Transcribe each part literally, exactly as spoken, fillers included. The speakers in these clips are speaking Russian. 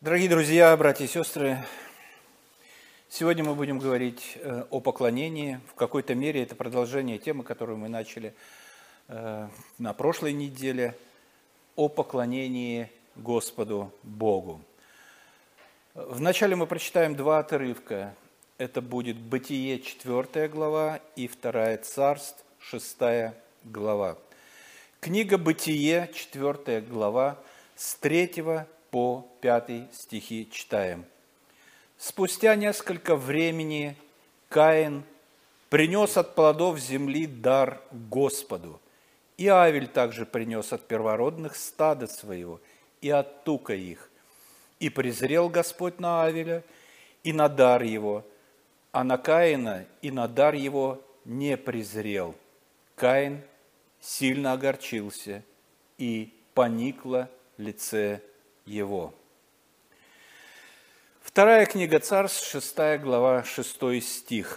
Дорогие друзья, братья и сестры, сегодня мы будем говорить о поклонении. В какой-то мере это продолжение темы, которую мы начали на прошлой неделе, о поклонении Господу Богу. Вначале мы прочитаем два отрывка. Это будет Бытие, четвёртая глава, и вторая Царств, шестая глава. Книга Бытие, четвёртая глава, с третьего по пятый стихи читаем. «Спустя несколько времени Каин принес от плодов земли дар Господу, и Авель также принес от первородных стада своего и от тука их. И презрел Господь на Авеля и на дар его, а на Каина и на дар его не презрел. Каин сильно огорчился, и поникло лице его». Вторая книга Царств, шестая глава, шестой стих.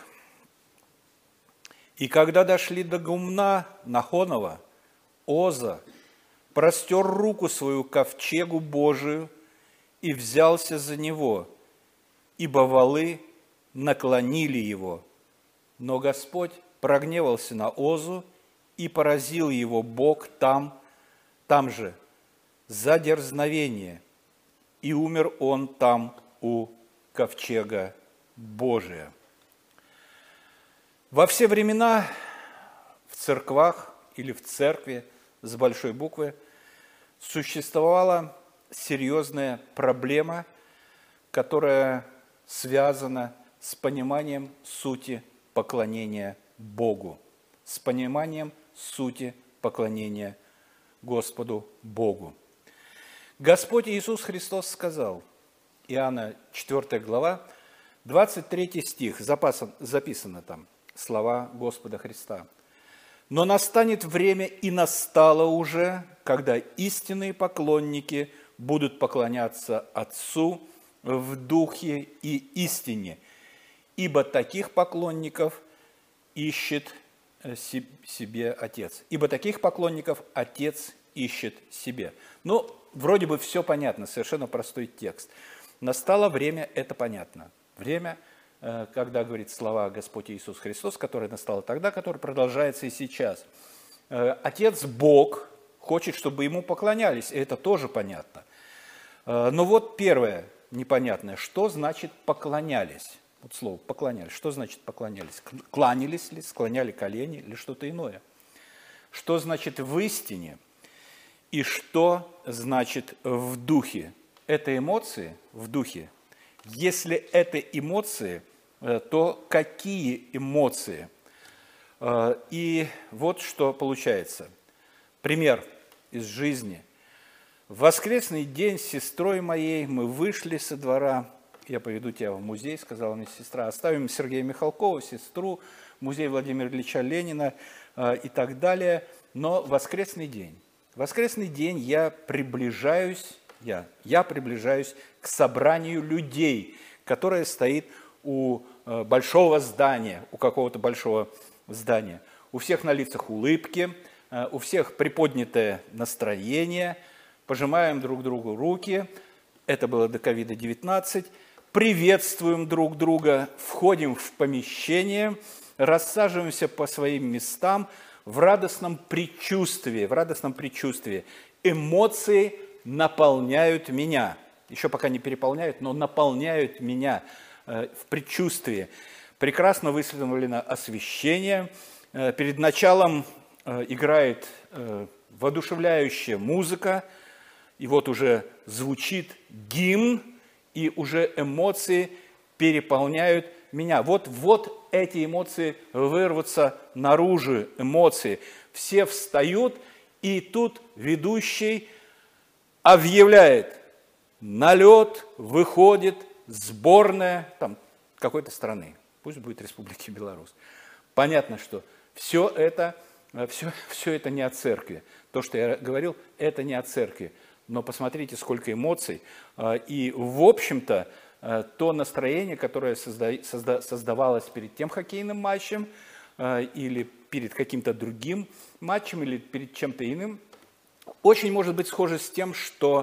«И когда дошли до гумна Нахонова, Оза простер руку свою к ковчегу Божию и взялся за него, ибо валы наклонили его. Но Господь прогневался на Озу и поразил его Бог там, там же, за дерзновение, и умер он там у ковчега Божия». Во все времена в церквах или в церкви с большой буквы существовала серьезная проблема, которая связана с пониманием сути поклонения Богу, с пониманием сути поклонения Господу Богу. Господь Иисус Христос сказал, Иоанна четвёртая глава, двадцать третий стих, записано там, слова Господа Христа. «Но настанет время, и настало уже, когда истинные поклонники будут поклоняться Отцу в духе и истине, ибо таких поклонников ищет себе Отец». Ибо таких поклонников Отец ищет себе. Ну, вроде бы все понятно, совершенно простой текст. Настало время, это понятно. Время, когда говорит слова Господь Иисус Христос, которое настало тогда, которое продолжается и сейчас. Отец Бог хочет, чтобы Ему поклонялись, и это тоже понятно. Но вот первое непонятное, что значит поклонялись? Вот слово поклонялись. Что значит поклонялись? Кланялись ли, склоняли колени или что-то иное? Что значит в истине? И что значит в духе? Это эмоции в духе. Если это эмоции, то какие эмоции? И вот что получается. Пример из жизни. В воскресный день с сестрой моей мы вышли со двора. Я поведу тебя в музей, сказала мне сестра. Оставим Сергея Михалкова, сестру, музей Владимира Ильича Ленина и так далее. Но воскресный день. В воскресный день я приближаюсь, я, я приближаюсь к собранию людей, которое стоит у большого здания, у какого-то большого здания. У всех на лицах улыбки, у всех приподнятое настроение, пожимаем друг другу руки, это было до ковида девятнадцать, приветствуем друг друга, входим в помещение, рассаживаемся по своим местам в радостном предчувствии, в радостном предчувствии. Эмоции наполняют меня, еще пока не переполняют, но наполняют меня в предчувствии. Прекрасно выставлено освещение. Перед началом играет воодушевляющая музыка, и вот уже звучит гимн, и уже эмоции переполняют меня. Вот, вот эти эмоции вырвутся наружу, эмоции. Все встают, и тут ведущий объявляет: на лед выходит сборная там, какой-то страны, пусть будет Республики Беларусь. Понятно, что все это, все, все это не о церкви. То, что я говорил, это не о церкви. Но посмотрите, сколько эмоций. И, в общем-то, то настроение, которое созда, созда, создавалось перед тем хоккейным матчем или перед каким-то другим матчем или перед чем-то иным, очень может быть схоже с тем, что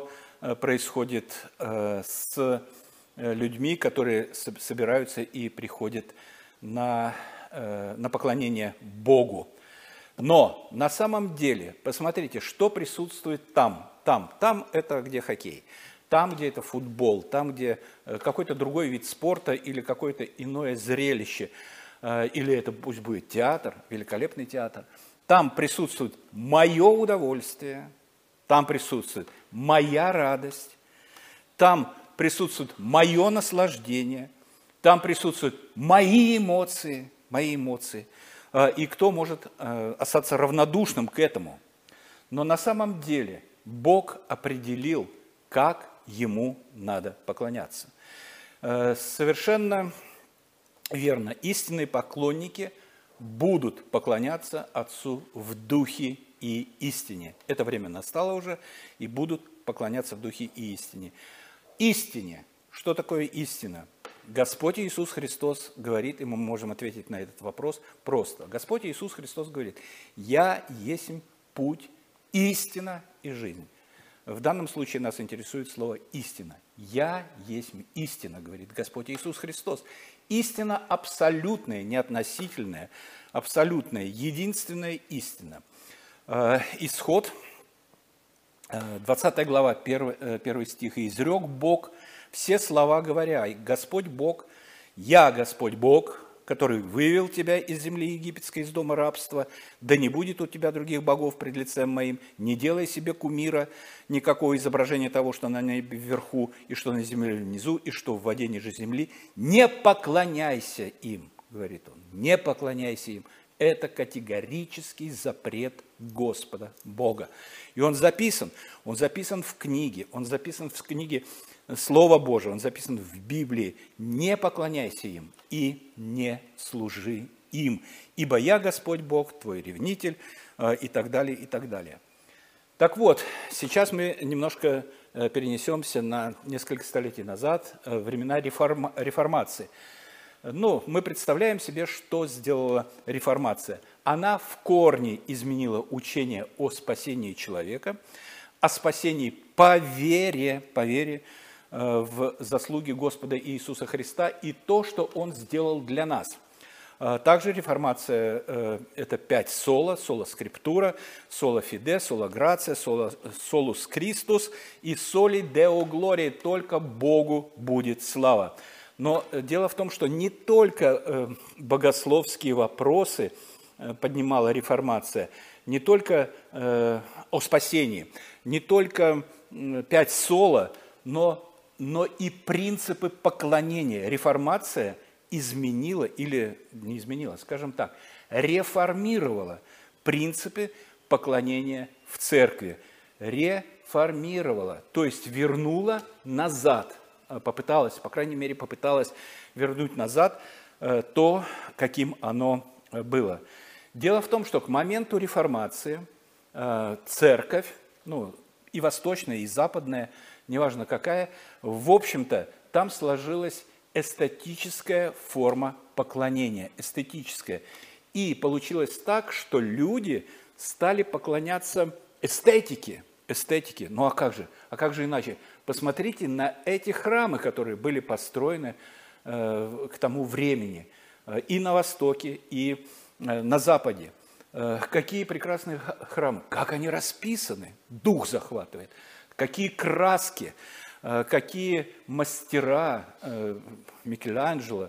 происходит с людьми, которые собираются и приходят на, на поклонение Богу. Но на самом деле, посмотрите, что присутствует там. Там, там это где хоккей, там, где это футбол, там, где какой-то другой вид спорта или какое-то иное зрелище, или это пусть будет театр, великолепный театр. Там присутствует мое удовольствие, там присутствует моя радость, там присутствует мое наслаждение, там присутствуют мои эмоции, мои эмоции. И кто может остаться равнодушным к этому? Но на самом деле Бог определил, как Ему надо поклоняться. Совершенно верно, истинные поклонники будут поклоняться Отцу в духе и истине. Это время настало уже, и будут поклоняться в духе и истине. Истине. Что такое истина? Господь Иисус Христос говорит, и мы можем ответить на этот вопрос просто. Господь Иисус Христос говорит: «Я есть путь, истина и жизнь». В данном случае нас интересует слово «истина». «Я есть истина», говорит Господь Иисус Христос. Истина абсолютная, не относительная, абсолютная, единственная истина. Исход, двадцатая глава, первый, первый стих. «И изрек Бог все слова, говоря: Господь Бог, я Господь Бог, который вывел тебя из земли египетской, из дома рабства, да не будет у тебя других богов пред лицем моим, не делай себе кумира, никакого изображения того, что на небе вверху, и что на земле внизу, и что в воде ниже земли, не поклоняйся им», говорит он, не поклоняйся им. Это категорический запрет Господа Бога. И он записан, он записан в книге, он записан в книге Слова Божие, он записан в Библии. Не поклоняйся им и не служи им, ибо я Господь Бог, твой ревнитель, и так далее, и так далее. Так вот, сейчас мы немножко перенесемся на несколько столетий назад, времена реформ... реформации. Ну, мы представляем себе, что сделала реформация. Она в корне изменила учение о спасении человека, о спасении по вере, по вере в заслуги Господа Иисуса Христа и то, что Он сделал для нас. Также реформация – это пять сола: сола скриптура, сола фиде, сола грация, сола, солус Христус и соли део глория. Только Богу будет слава. Но дело в том, что не только богословские вопросы поднимала реформация, не только о спасении, не только пять сола, но, но и принципы поклонения. Реформация изменила, или не изменила, скажем так, реформировала принципы поклонения в церкви. Реформировала, то есть вернула назад. Попыталась, по крайней мере, попыталась вернуть назад то, каким оно было. Дело в том, что к моменту реформации церковь, ну, и восточная, и западная, неважно какая, в общем-то, там сложилась эстетическая форма поклонения, эстетическая. И получилось так, что люди стали поклоняться эстетике, эстетике. Ну а как же? А как же иначе? Посмотрите на эти храмы, которые были построены э, к тому времени э, и на Востоке, и э, на Западе. Э, какие прекрасные храмы, как они расписаны, дух захватывает, какие краски, э, какие мастера э, Микеланджело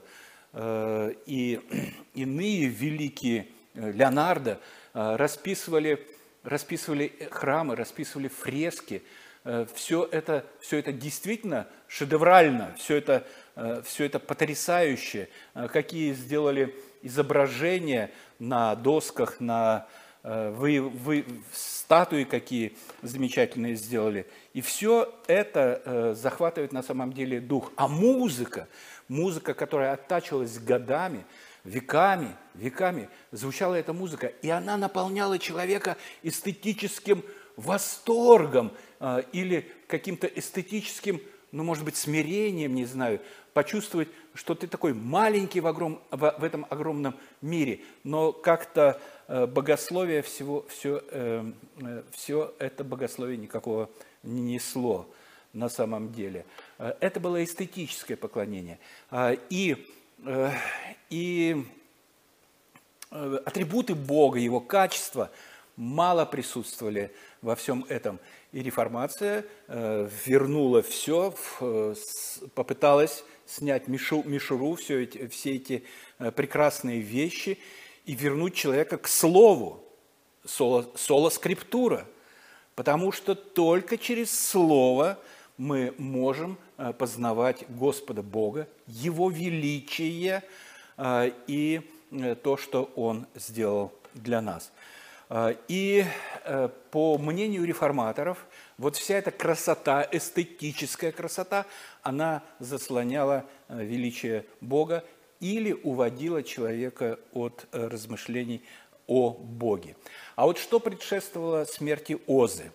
э, и иные великие, э, Леонардо, э, расписывали, расписывали храмы, расписывали фрески. Все это, все это действительно шедеврально, все это, все это потрясающе. Какие сделали изображения на досках, на вы, вы, статуи какие замечательные сделали. И все это захватывает на самом деле дух. А музыка, музыка, которая оттачивалась годами, веками, веками, звучала эта музыка, и она наполняла человека эстетическим восторгом э, или каким-то эстетическим, ну, может быть, смирением, не знаю, почувствовать, что ты такой маленький в, огром, в, в этом огромном мире, но как-то э, богословие, всего, все, э, все это богословие никакого не несло. на самом деле. Это было эстетическое поклонение. И, и атрибуты Бога, Его качества мало присутствовали во всем этом. И реформация вернула все, попыталась снять мишуру, все эти, все эти прекрасные вещи и вернуть человека к слову, соло, соло скриптура. Потому что только через слово мы можем познавать Господа Бога, Его величие и то, что Он сделал для нас. И по мнению реформаторов, вот вся эта красота, эстетическая красота, она заслоняла величие Бога или уводила человека от размышлений о Боге. А вот что предшествовало смерти Озы?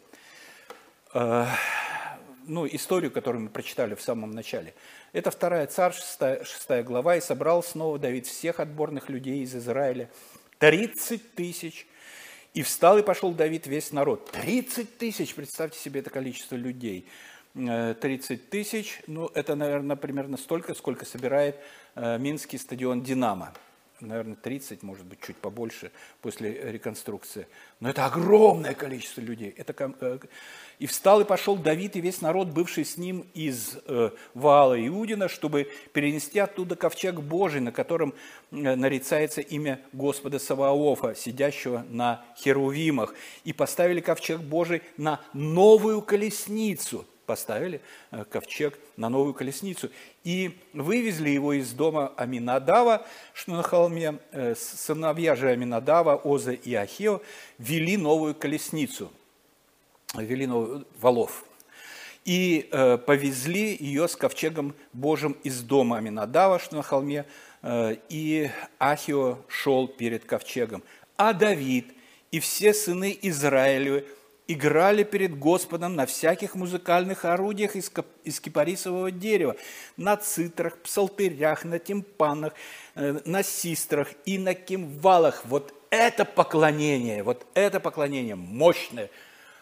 Ну, историю, которую мы прочитали в самом начале. Это вторая Царств, шестая, шестая глава. «И собрал снова Давид всех отборных людей из Израиля, тридцать тысяч. И встал и пошел Давид весь народ». тридцать тысяч, представьте себе это количество людей. тридцать тысяч, ну, это, наверное, примерно столько, сколько собирает Минский стадион «Динамо». Наверное, тридцать, может быть, чуть побольше после реконструкции. Но это огромное количество людей. Это... «И встал и пошел Давид и весь народ, бывший с ним из Ваала Иудина, чтобы перенести оттуда ковчег Божий, на котором нарицается имя Господа Саваофа, сидящего на херувимах. И поставили ковчег Божий на новую колесницу». Поставили ковчег на новую колесницу. И вывезли его из дома Аминадава, что на холме. Сыновья же Аминадава, Оза и Ахио, вели новую колесницу, вели новую, волов. И э, повезли ее с ковчегом Божьим из дома Аминадава, что на холме, э, и Ахио шел перед ковчегом. А Давид и все сыны Израилевы играли перед Господом на всяких музыкальных орудиях из кипарисового дерева, на цитрах, псалтырях, на тимпанах, на систрах и на кимвалах. Вот это поклонение, вот это поклонение мощное.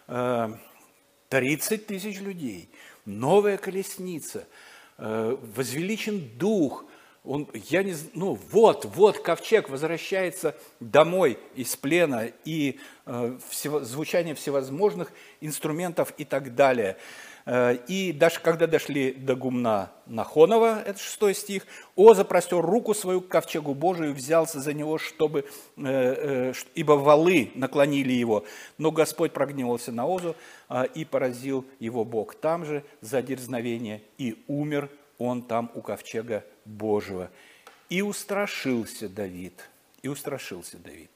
тридцать тысяч людей, новая колесница, возвеличен дух. Он, я не, ну, вот, вот ковчег возвращается домой из плена, и э, всего, звучание всевозможных инструментов и так далее. Э, и даже когда дошли до гумна Нахонова, это шестой стих, Оза простер руку свою к ковчегу Божию, взялся за него, чтобы, э, э, ибо валы наклонили его. Но Господь прогневался на Озу э, и поразил его Бог там же за дерзновение, и умер он там у ковчега Божьего. И устрашился Давид. И устрашился Давид.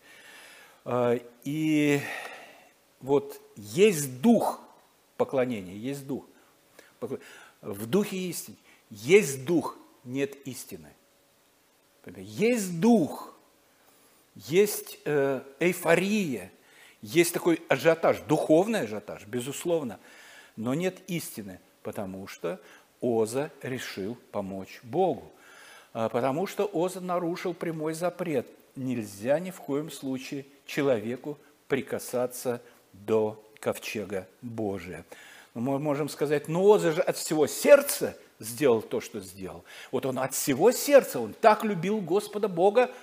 И вот есть дух поклонения, есть дух. В духе истины. Есть дух, нет истины. Есть дух, есть эйфория, есть такой ажиотаж, духовный ажиотаж, безусловно, но нет истины, потому что Оза решил помочь Богу, потому что Оза нарушил прямой запрет. Нельзя ни в коем случае человеку прикасаться до ковчега Божия. Мы можем сказать, ну Оза же от всего сердца сделал то, что сделал. Вот он от всего сердца, он так любил Господа Бога,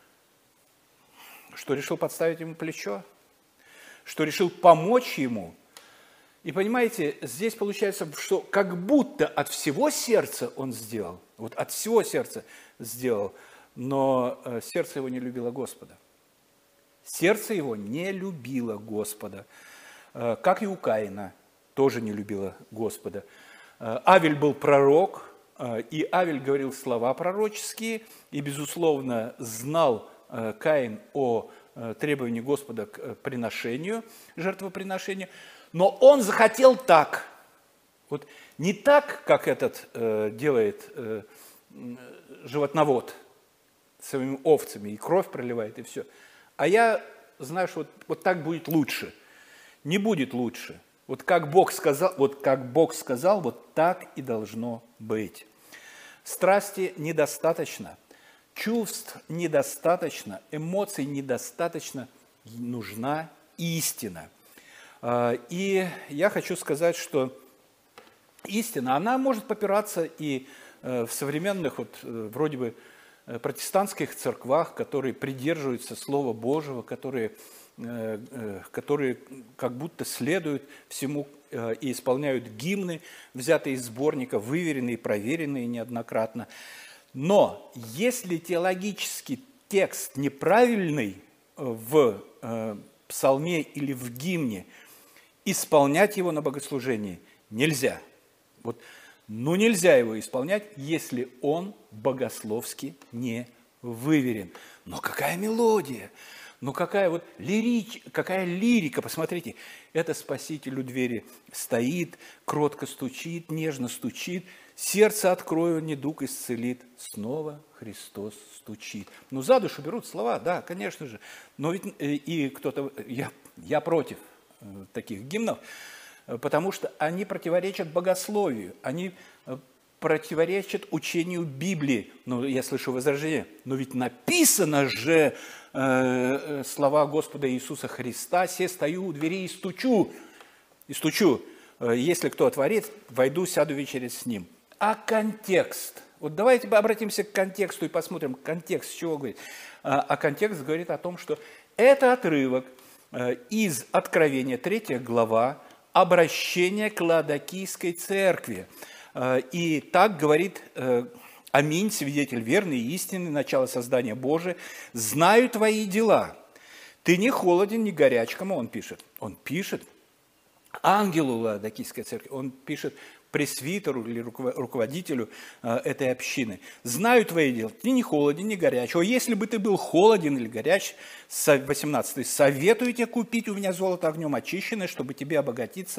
что решил подставить ему плечо, что решил помочь ему. И понимаете, здесь получается, что как будто от всего сердца он сделал, вот от всего сердца сделал, но сердце его не любило Господа. Сердце его не любило Господа, как и у Каина, тоже не любило Господа. Авель был пророк, и Авель говорил слова пророческие, и, безусловно, знал Каин о требовании Господа к приношению, жертвоприношению, но он захотел так, вот не так, как этот э, делает э, животновод своими овцами, и кровь проливает, и все. А я знаю, что вот, вот так будет лучше. Не будет лучше. Вот как Бог сказал, вот как Бог сказал, вот так и должно быть. Страсти недостаточно, чувств недостаточно, эмоций недостаточно, нужна истина. И я хочу сказать, что истина, она может попираться и в современных, вот, вроде бы, протестантских церквах, которые придерживаются Слова Божьего, которые, которые как будто следуют всему и исполняют гимны, взятые из сборника, выверенные, проверенные неоднократно. Но если теологический текст неправильный в псалме или в гимне, исполнять его на богослужении нельзя. Вот. Ну, нельзя его исполнять, если он богословски не выверен. Но какая мелодия, ну какая вот лирич, какая лирика, посмотрите, это Спаситель у двери стоит, кротко стучит, нежно стучит, сердце открою, недуг исцелит, снова Христос стучит. Ну, за душу берут слова, да, конечно же, но ведь и кто-то, я, я против таких гимнов, потому что они противоречат богословию, они противоречат учению Библии. Ну, я слышу возражение, но ведь написано же э, слова Господа Иисуса Христа: «Се стою у двери и стучу, и стучу, если кто отворит, войду, сяду вечерять с ним». А контекст? Вот давайте обратимся к контексту и посмотрим, контекст чего говорит. А, а контекст говорит о том, что это отрывок из Откровения, третья глава, обращение к Лаодикийской церкви. И так говорит Аминь, свидетель верный и истинный, начало создания Божия. «Знаю твои дела. Ты не холоден, не горяч». Кому он пишет? Он пишет ангелу Лаодикийской церкви. Он пишет пресвитеру или руководителю этой общины. «Знаю твои дела. Ты не холоден, не горяч. О, если бы ты был холоден или горяч», восемнадцатый, «советую тебе купить у меня золото огнем очищенное, чтобы тебе обогатиться,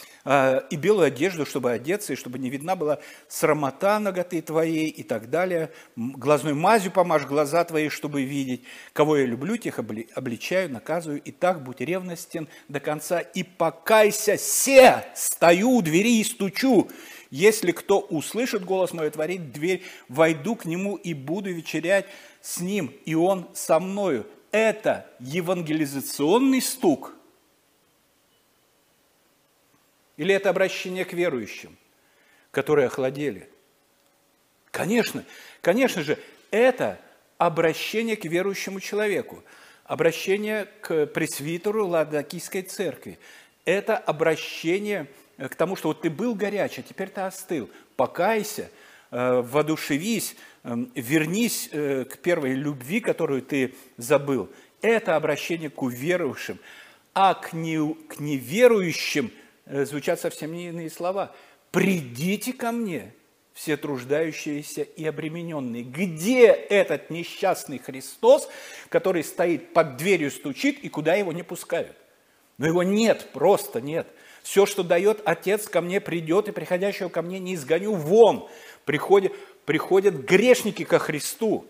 и белую одежду, чтобы одеться, и чтобы не видна была срамота наготы твоей», и так далее. «Глазной мазью помажь глаза твои, чтобы видеть. Кого я люблю, тех обличаю, наказываю. И так будь ревностен до конца, и покайся. Се, стою у двери и стучу. Если кто услышит голос мой, отворит дверь, войду к нему и буду вечерять с ним, и он со мною». Это евангелизационный стук? Или это обращение к верующим, которые охладели? Конечно, конечно же, это обращение к верующему человеку, обращение к пресвитеру Лаодикийской церкви. Это обращение к тому, что вот ты был горяч, а теперь ты остыл. Покайся, воодушевись, вернись к первой любви, которую ты забыл. Это обращение к уверовавшим, а к неверующим звучат совсем иные слова. «Придите ко мне, все труждающиеся и обремененные». Где этот несчастный Христос, который стоит под дверью, стучит, и куда его не пускают? Но его нет, просто нет. Все, что дает Отец, ко мне придет, и приходящего ко мне не изгоню вон. Приходят, приходят грешники ко Христу.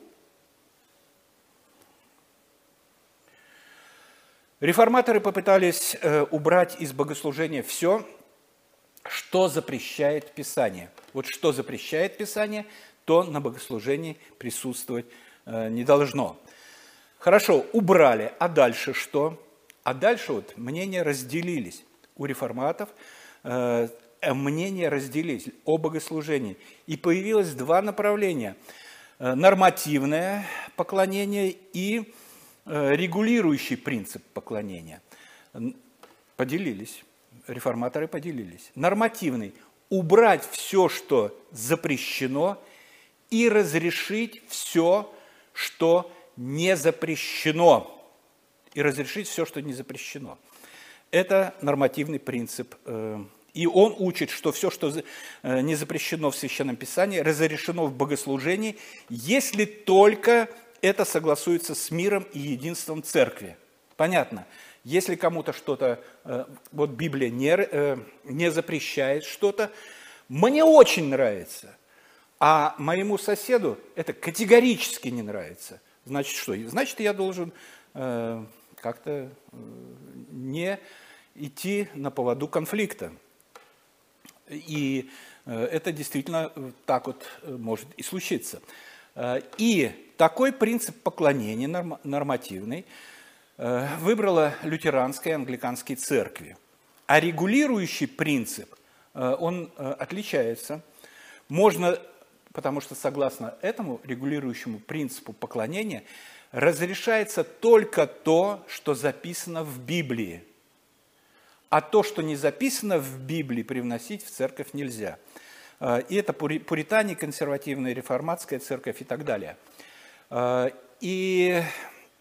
Реформаторы попытались убрать из богослужения все, что запрещает Писание. Вот что запрещает Писание, то на богослужении присутствовать не должно. Хорошо, убрали, а дальше что? А дальше вот мнения разделились. У реформатов мнения разделились о богослужении. И появилось два направления. Нормативное поклонение и регулирующий принцип поклонения. Поделились, реформаторы поделились. Нормативный – убрать все, что запрещено, и разрешить все, что не запрещено. И разрешить все, что не запрещено. Это нормативный принцип. И он учит, что все, что не запрещено в Священном Писании, разрешено в богослужении, если только это согласуется с миром и единством церкви. Понятно? Если кому-то что-то, вот Библия не, не запрещает что-то, мне очень нравится, а моему соседу это категорически не нравится. Значит, что? Значит, я должен как-то не идти на поводу конфликта. И это действительно так вот может и случиться. И такой принцип поклонения нормативный выбрала лютеранская и англиканская церкви. А регулирующий принцип он отличается. Можно, потому что согласно этому регулирующему принципу поклонения, разрешается только то, что записано в Библии. А то, что не записано в Библии, привносить в церковь нельзя. И это пуритане, консервативная, реформатская церковь и так далее. И,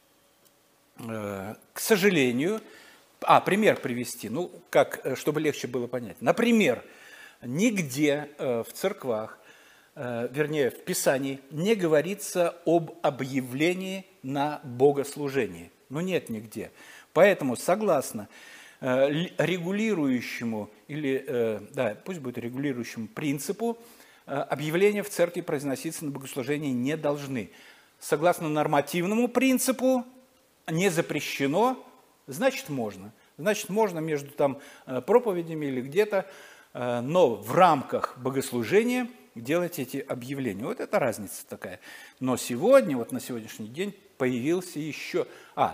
к сожалению, а, пример привести, ну, как, чтобы легче было понять. Например, нигде в церквах, вернее, в Писании не говорится об объявлении на богослужении. Ну, нет нигде. Поэтому, согласно регулирующему, или, да, пусть будет регулирующему принципу, объявления в церкви произноситься на богослужении не должны. Согласно нормативному принципу, не запрещено, значит можно. Значит, можно между там проповедями или где-то, но в рамках богослужения делать эти объявления. Вот это разница такая. Но сегодня, вот на сегодняшний день появился еще... А,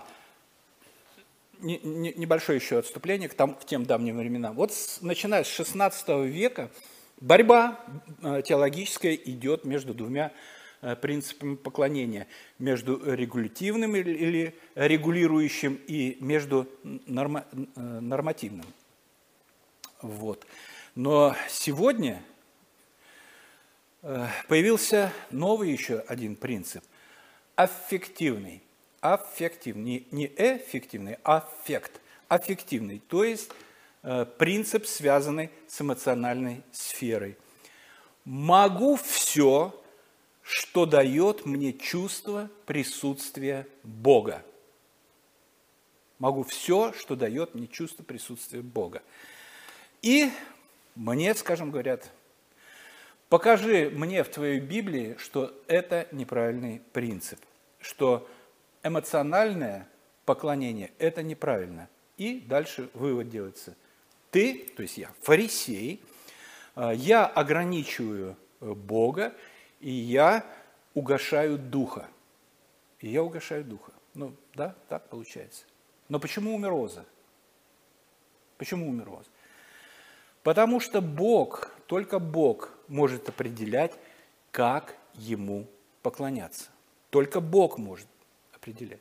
небольшое еще отступление к, там, к тем давним временам. Вот с, начиная с шестнадцатого века борьба теологическая идет между двумя принципами поклонения. Между регулятивным или, или регулирующим и между норма, нормативным. Вот. Но сегодня появился новый еще один принцип. Аффективный. Аффективный, не эффективный, а аффект, аффективный, то есть э, принцип, связанный с эмоциональной сферой. Могу все, что дает мне чувство присутствия Бога. Могу все, что дает мне чувство присутствия Бога. И мне, скажем, говорят, покажи мне в твоей Библии, что это неправильный принцип, что эмоциональное поклонение – это неправильно. И дальше вывод делается. Ты, то есть я, фарисей, я ограничиваю Бога, и я угошаю Духа. И я угошаю Духа. Ну, да, так получается. Но почему умер Оза? Почему умер Оза? Потому что Бог, только Бог может определять, как Ему поклоняться. Только Бог может определять.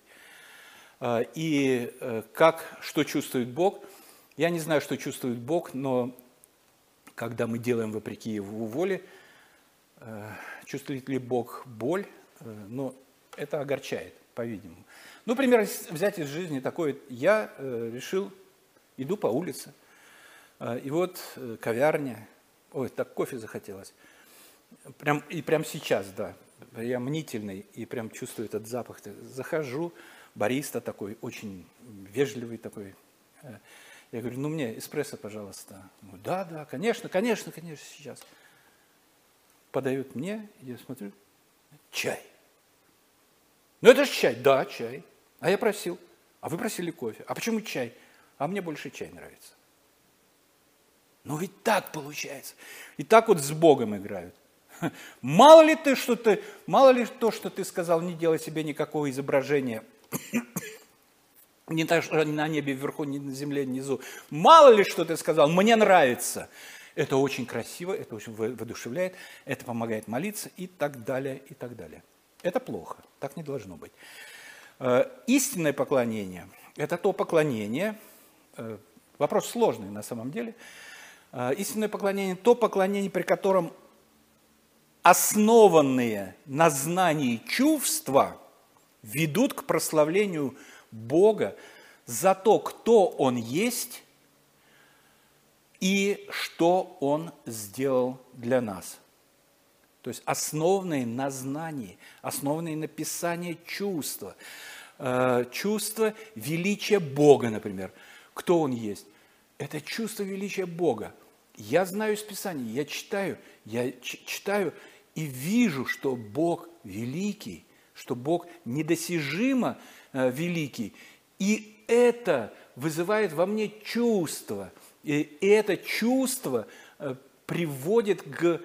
И как, что чувствует Бог, я не знаю, что чувствует Бог, но когда мы делаем вопреки Его воле, чувствует ли Бог боль, но это огорчает, по-видимому. Ну, например, взять из жизни такое, я решил, иду по улице, и вот кавярня, ой, так кофе захотелось, прям, и прямо сейчас, да, я мнительный и прям чувствую этот запах. Захожу, бариста такой, очень вежливый такой. Я говорю, ну мне эспрессо, пожалуйста. Ну, да, да, конечно, конечно, конечно, сейчас. Подают мне, я смотрю, чай. Ну это же чай, да, чай. А я просил, а вы просили кофе. А почему чай? А мне больше чай нравится. Ну ведь так получается. И так вот с Богом играют. Мало ли ты, что ты, мало ли то, что ты сказал, не делай себе никакого изображения, ни на небе вверху, ни на земле внизу. Мало ли что ты сказал, мне нравится. Это очень красиво, это очень воодушевляет, это помогает молиться и так далее, и так далее. Это плохо, так не должно быть. Истинное поклонение – это то поклонение, вопрос сложный на самом деле. Истинное поклонение – то поклонение, при котором основанные на знании чувства ведут к прославлению Бога за то, кто Он есть и что Он сделал для нас. То есть основанные на знании, основанные на писании чувства. Чувство величия Бога, например. Кто Он есть? Это чувство величия Бога. Я знаю из Писания, я читаю, я читаю и вижу, что Бог великий, что Бог недостижимо великий. И это вызывает во мне чувство. И это чувство приводит к,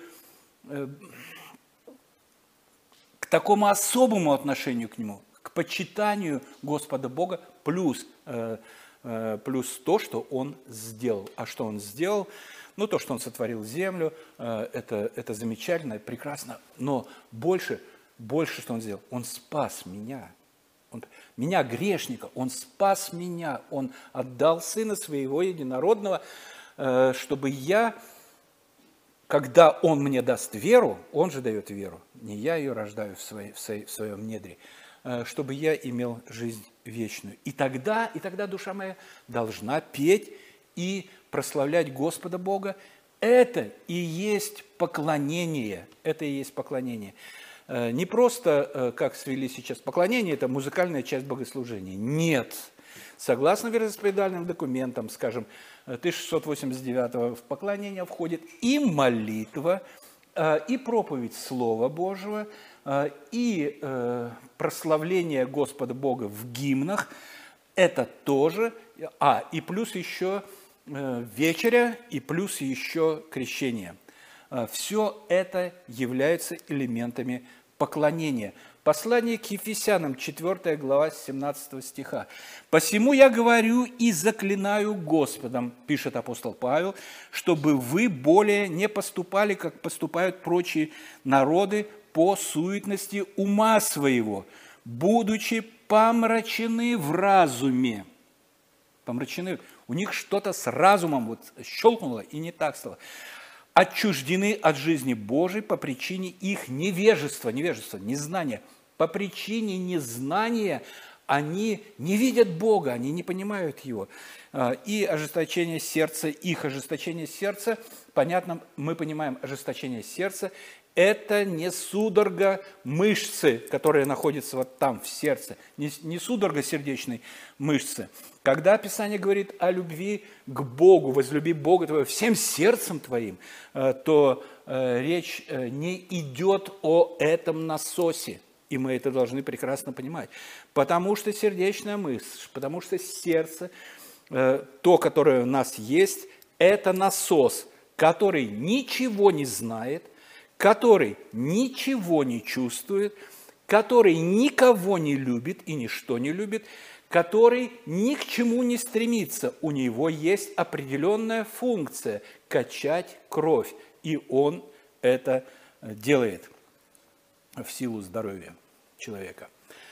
к такому особому отношению к Нему, к почитанию Господа Бога, плюс, плюс то, что Он сделал. А что Он сделал? Ну, то, что Он сотворил землю, это, это замечательно, прекрасно. Но больше, больше, что Он сделал, Он спас меня. Он, меня, грешника, Он спас меня. Он отдал Сына Своего Единородного, чтобы я, когда Он мне даст веру, Он же дает веру, не я ее рождаю в, своей, в, своей, в своем недре, чтобы я имел жизнь вечную. И тогда, и тогда душа моя должна петь и прославлять Господа Бога. Это и есть поклонение. Это и есть поклонение. Не просто, как свели сейчас, поклонение – это музыкальная часть богослужения. Нет. Согласно вероисповедальным документам, скажем, тысяча шестьсот восемьдесят девятого в поклонение входит и молитва, и проповедь Слова Божьего, и прославление Господа Бога в гимнах. Это тоже, а, и плюс еще вечеря, и плюс еще крещение. Все это является элементами поклонения. Послание к Ефесянам, четвёртая глава, семнадцатого стиха. «Посему я говорю и заклинаю Господом, – пишет апостол Павел, – чтобы вы более не поступали, как поступают прочие народы, по суетности ума своего, будучи помрачены в разуме». Помрачены. У них что-то с разумом вот щелкнуло и не так стало. «Отчуждены от жизни Божией по причине их невежества», невежества, незнания. По причине незнания они не видят Бога, они не понимают Его. И ожесточение сердца, их ожесточение сердца, понятно, мы понимаем, ожесточение сердца – это не судорога мышцы, которая находится вот там, в сердце, не, не судорога сердечной мышцы. Когда Писание говорит о любви к Богу, возлюби Бога твоего всем сердцем твоим, то речь не идет о этом насосе. И мы это должны прекрасно понимать. Потому что сердечная мысль, потому что сердце, то, которое у нас есть, это насос, который ничего не знает, который ничего не чувствует, который никого не любит и ничто не любит, который ни к чему не стремится. У него есть определенная функция – качать кровь, и он это делает в силу здоровья человека.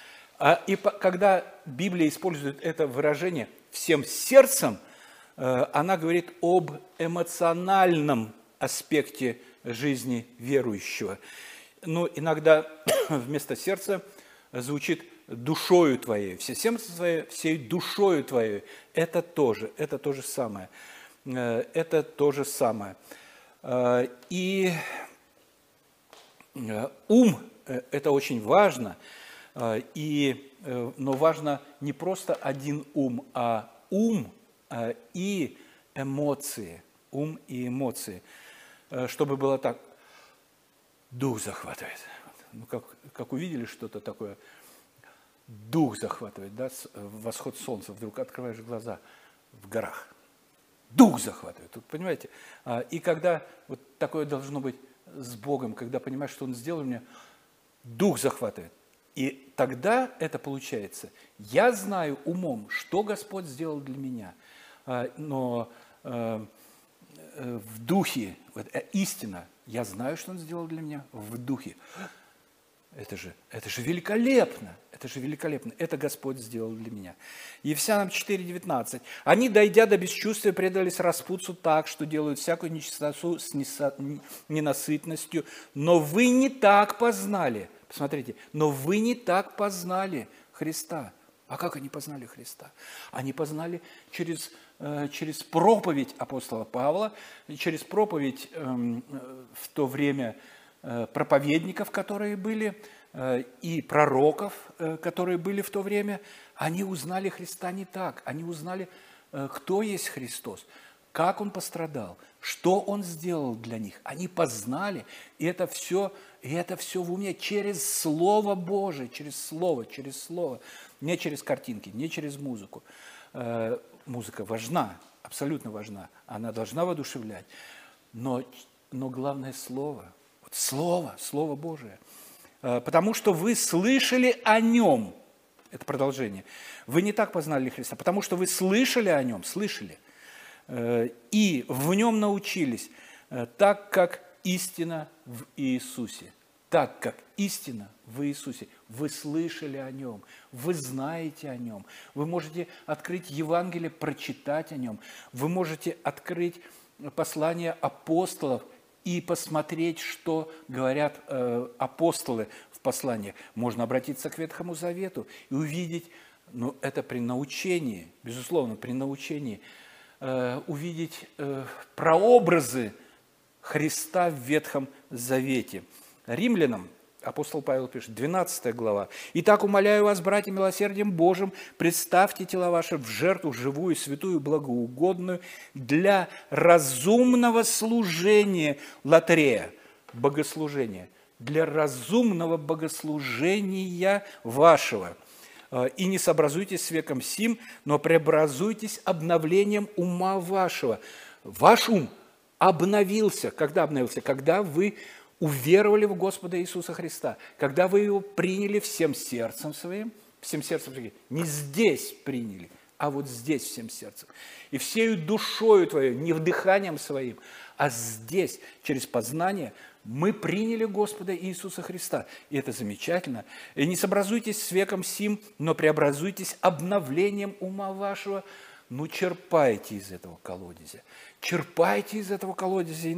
И когда Библия использует это выражение «всем сердцем», она говорит об эмоциональном аспекте жизни верующего. Но иногда вместо сердца звучит «душою твоей», «всем своей, всей душою твоей». Это тоже, это то же самое. Это то же самое. И ум – это очень важно, и, но важно не просто один ум, а ум и эмоции. Ум и эмоции. Чтобы было так, дух захватывает. Ну, как, как увидели что-то такое, дух захватывает, да, восход солнца, вдруг открываешь глаза в горах. Дух захватывает, тут, понимаете? И когда вот такое должно быть с Богом, когда понимаешь, что Он сделал мне, дух захватывает. И тогда это получается, я знаю умом, что Господь сделал для меня, но в духе, вот, истина, я знаю, что Он сделал для меня в духе. Это же, это же великолепно, это же великолепно, это Господь сделал для меня. Ефесянам четыре девятнадцать. «Они, дойдя до бесчувствия, предались распутству так, что делают всякую нечистоту с ненасытностью, но вы не так познали». Посмотрите, «но вы не так познали Христа». А как они познали Христа? Они познали через, через проповедь апостола Павла, через проповедь в то время проповедников, которые были, и пророков, которые были в то время. Они узнали Христа не так. Они узнали, кто есть Христос, как Он пострадал, что Он сделал для них. Они познали, и это все, и это все в уме через Слово Божие, через Слово, через Слово. Не через картинки, не через музыку. Э, музыка важна, абсолютно важна. Она должна воодушевлять. Но, но главное Слово. Вот Слово, Слово Божие. Э, потому что вы слышали о Нем. Это продолжение. Вы не так познали Христа, потому что вы слышали о Нем, слышали. и в нем научились, так как истина в Иисусе. Так как истина в Иисусе. Вы слышали о Нем, вы знаете о Нем. Вы можете открыть Евангелие, прочитать о Нем. Вы можете открыть послания апостолов и посмотреть, что говорят э, апостолы в посланиях. Можно обратиться к Ветхому Завету и увидеть, ну это при научении, безусловно, при научении, э, увидеть э, прообразы Христа в Ветхом Завете. Римлянам апостол Павел пишет, двенадцатая глава. «Итак, умоляю вас, братья, милосердием Божьим, представьте тела ваши в жертву живую, святую, благоугодную для разумного служения». Латрея, богослужения. Для разумного богослужения вашего. «И не сообразуйтесь с веком сим, но преобразуйтесь обновлением ума вашего». Ваш ум обновился. Когда обновился? Когда вы уверовали в Господа Иисуса Христа, когда вы Его приняли всем сердцем своим, всем сердцем, не здесь приняли, а вот здесь всем сердцем, и всею душою твоей, не вдыханием своим, а здесь, через познание, мы приняли Господа Иисуса Христа. И это замечательно. И не сообразуйтесь с веком сим, но преобразуйтесь обновлением ума вашего. Ну, черпайте из этого колодезя. Черпайте из этого колодезя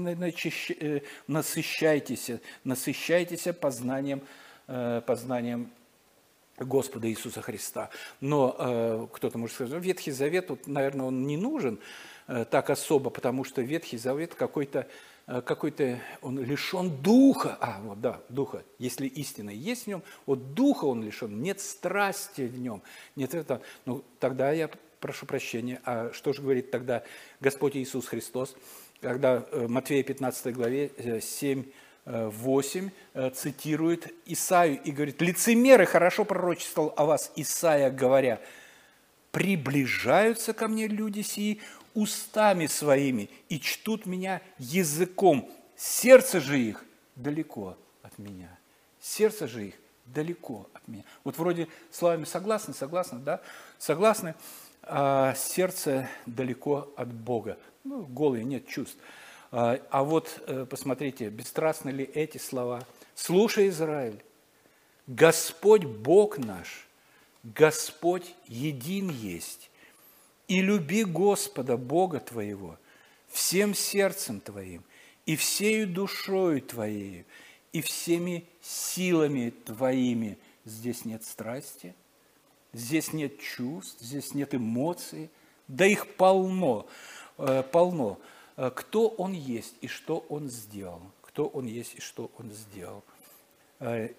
и насыщайтесь, насыщайтесь познанием, познанием Господа Иисуса Христа. Но кто-то может сказать, Ветхий Завет, вот, наверное, он не нужен так особо, потому что Ветхий Завет какой-то, какой-то он лишен духа. А, вот, да, духа. Если истина есть в нем, вот духа он лишен, нет страсти в нем. Нет этого. Ну, тогда я прошу прощения. А что же говорит тогда Господь Иисус Христос, когда в Матфея пятнадцатой главе семь восемь цитирует Исаию и говорит, лицемеры хорошо пророчествовал о вас Исаия, говоря, приближаются ко мне люди сии устами своими и чтут меня языком, сердце же их далеко от меня. Сердце же их далеко от меня. Вот вроде словами согласны, согласны, да? Согласны, а сердце далеко от Бога. Ну, голые, нет чувств. А вот посмотрите, бесстрастны ли эти слова? «Слушай, Израиль, Господь Бог наш, Господь един есть, и люби Господа Бога твоего всем сердцем твоим, и всею душою твоей, и всеми силами твоими». Здесь нет страсти, здесь нет чувств, здесь нет эмоций, да их полно, полно. Кто Он есть и что Он сделал? Кто Он есть и что Он сделал? И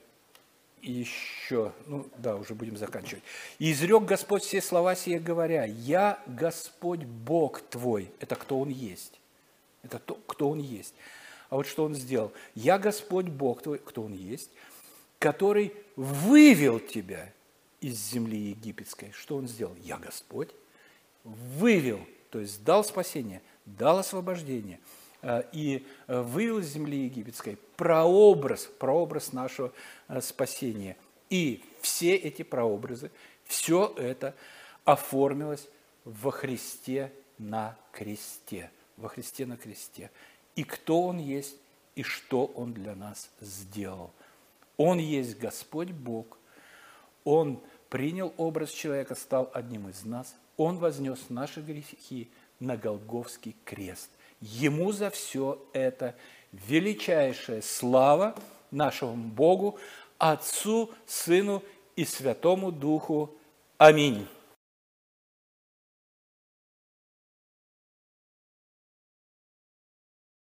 еще, ну да, уже будем заканчивать. «И изрек Господь все слова сие, говоря, я Господь Бог твой». Это кто Он есть. Это то, кто Он есть. А вот что Он сделал? «Я Господь Бог твой», кто Он есть, который вывел тебя из земли египетской. Что Он сделал? Я Господь. Вывел, то есть дал спасение, дал освобождение и вывел из земли египетской прообраз, прообраз нашего спасения. И все эти прообразы, все это оформилось во Христе на кресте. Во Христе на кресте. И кто Он есть, и что Он для нас сделал. Он есть Господь Бог. Он принял образ человека, стал одним из нас. Он вознес наши грехи на Голгофский крест. Ему за все это величайшая слава нашему Богу, Отцу, Сыну и Святому Духу. Аминь.